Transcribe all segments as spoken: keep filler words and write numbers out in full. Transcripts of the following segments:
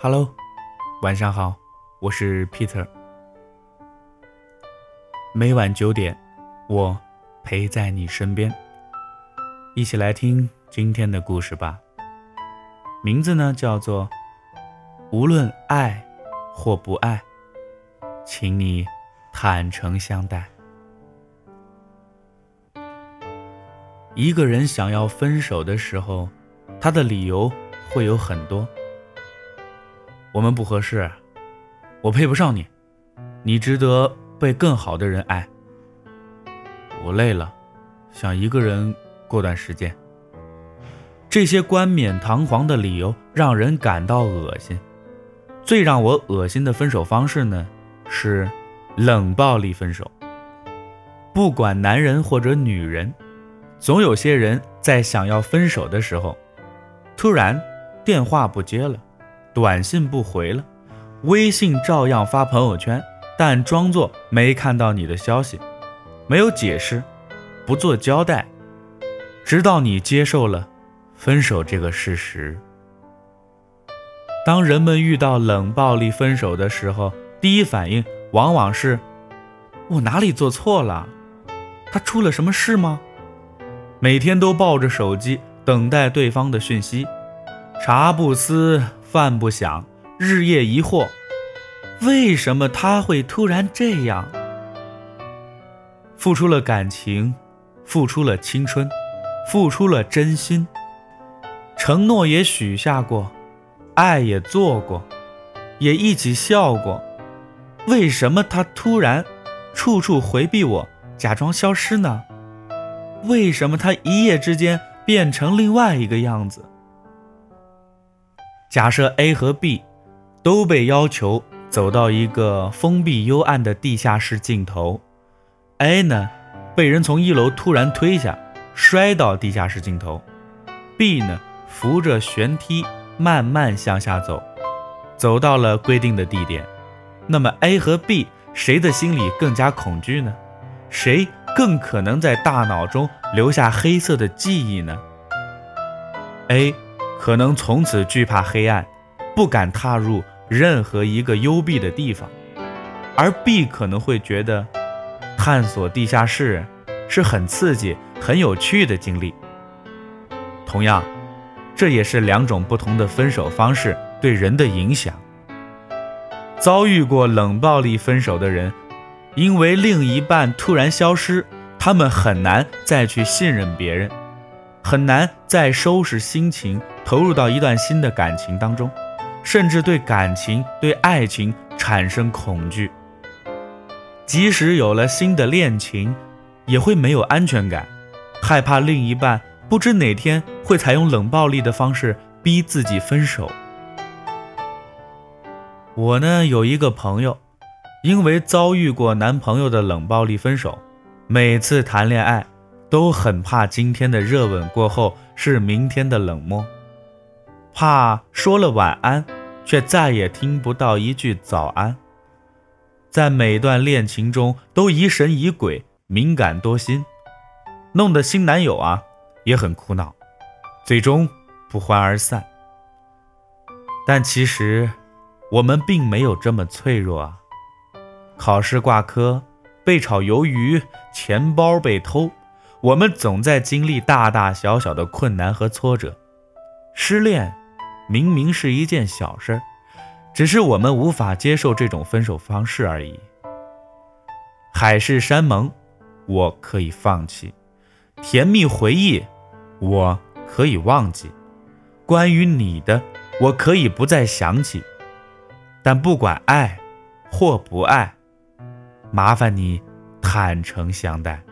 Hello， 晚上好，我是 Peter。每晚九点，我陪在你身边，一起来听今天的故事吧。名字呢叫做无论爱或不爱，请你坦诚相待。一个人想要分手的时候，他的理由会有很多。我们不合适，我配不上你，你值得被更好的人爱。我累了，想一个人过段时间。这些冠冕堂皇的理由让人感到恶心。最让我恶心的分手方式呢，是冷暴力分手。不管男人或者女人，总有些人在想要分手的时候，突然电话不接了，短信不回了，微信照样发朋友圈，但装作没看到你的消息，没有解释，不做交代，直到你接受了分手这个事实。当人们遇到冷暴力分手的时候，第一反应往往是：我哪里做错了？他出了什么事吗？每天都抱着手机等待对方的讯息，茶不思饭不想，日夜疑惑，为什么他会突然这样？付出了感情，付出了青春，付出了真心，承诺也许下过，爱也做过，也一起笑过，为什么他突然处处回避我，假装消失呢？为什么他一夜之间变成另外一个样子？假设 A 和 B 都被要求走到一个封闭幽暗的地下室尽头， A 呢被人从一楼突然推下，摔到地下室尽头， B 呢扶着旋梯慢慢向下走，走到了规定的地点。那么 A 和 B 谁的心里更加恐惧呢？谁更可能在大脑中留下黑色的记忆呢？ A 可能从此惧怕黑暗，不敢踏入任何一个幽闭的地方，而 B 可能会觉得探索地下室是很刺激很有趣的经历。同样，这也是两种不同的分手方式对人的影响。遭遇过冷暴力分手的人，因为另一半突然消失，他们很难再去信任别人，很难再收拾心情投入到一段新的感情当中，甚至对感情对爱情产生恐惧。即使有了新的恋情，也会没有安全感，害怕另一半不知哪天会采用冷暴力的方式逼自己分手。我呢有一个朋友，因为遭遇过男朋友的冷暴力分手，每次谈恋爱都很怕今天的热吻过后是明天的冷漠，怕说了晚安却再也听不到一句早安，在每段恋情中都疑神疑鬼，敏感多心，弄得新男友啊也很苦恼，最终不欢而散。但其实我们并没有这么脆弱啊，考试挂科，被炒鱿鱼，钱包被偷，我们总在经历大大小小的困难和挫折。失恋明明是一件小事，只是我们无法接受这种分手方式而已。海誓山盟我可以放弃，甜蜜回忆我可以忘记，关于你的我可以不再想起，但不管爱或不爱，麻烦你坦诚相待。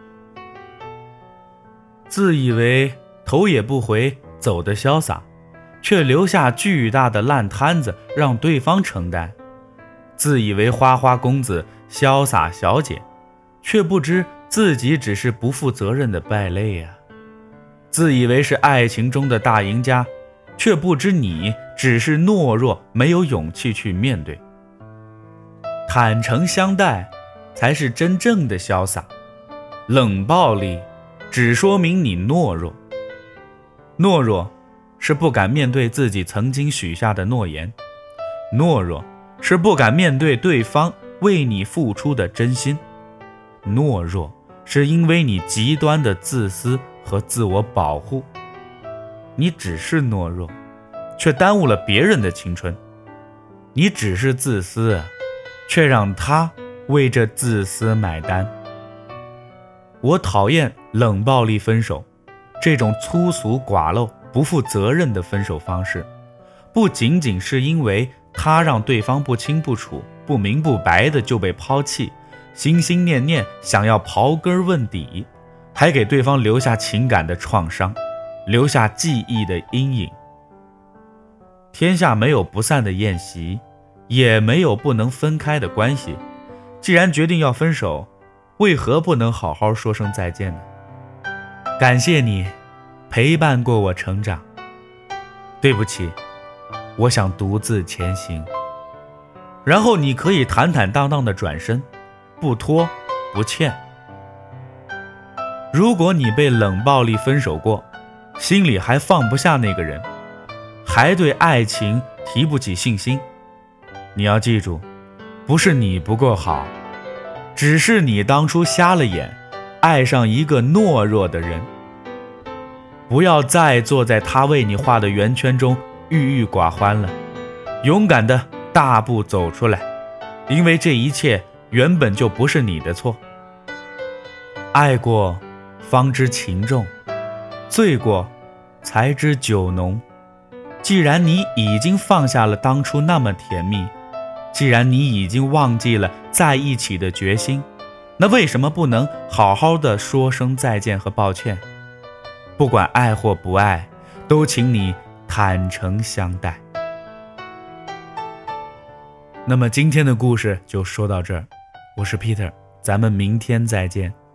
自以为头也不回走得潇洒，却留下巨大的烂摊子让对方承担。自以为花花公子潇洒小姐，却不知自己只是不负责任的败类啊。自以为是爱情中的大赢家，却不知你只是懦弱，没有勇气去面对。坦诚相待才是真正的潇洒，冷暴力只说明你懦弱。懦弱是不敢面对自己曾经许下的诺言， 懦弱是不敢面对对方为你付出的真心，懦弱是因为你极端的自私和自我保护。你只是懦弱，却耽误了别人的青春；你只是自私，却让他为这自私买单。我讨厌冷暴力分手，这种粗俗寡陋、不负责任的分手方式，不仅仅是因为他让对方不清不楚、不明不白的就被抛弃，心心念念想要刨根问底，还给对方留下情感的创伤，留下记忆的阴影。天下没有不散的宴席，也没有不能分开的关系。既然决定要分手，为何不能好好说声再见呢？感谢你陪伴过我成长，对不起，我想独自前行。然后你可以坦坦荡荡地转身，不拖不欠。如果你被冷暴力分手过，心里还放不下那个人，还对爱情提不起信心，你要记住，不是你不够好，只是你当初瞎了眼，爱上一个懦弱的人。不要再坐在他为你画的圆圈中郁郁寡欢了，勇敢的大步走出来，因为这一切原本就不是你的错。爱过方知情重，醉过才知酒浓。既然你已经放下了当初那么甜蜜，既然你已经忘记了在一起的决心，那为什么不能好好的说声再见和抱歉？不管爱或不爱，都请你坦诚相待。那么今天的故事就说到这儿，我是 Peter， 咱们明天再见。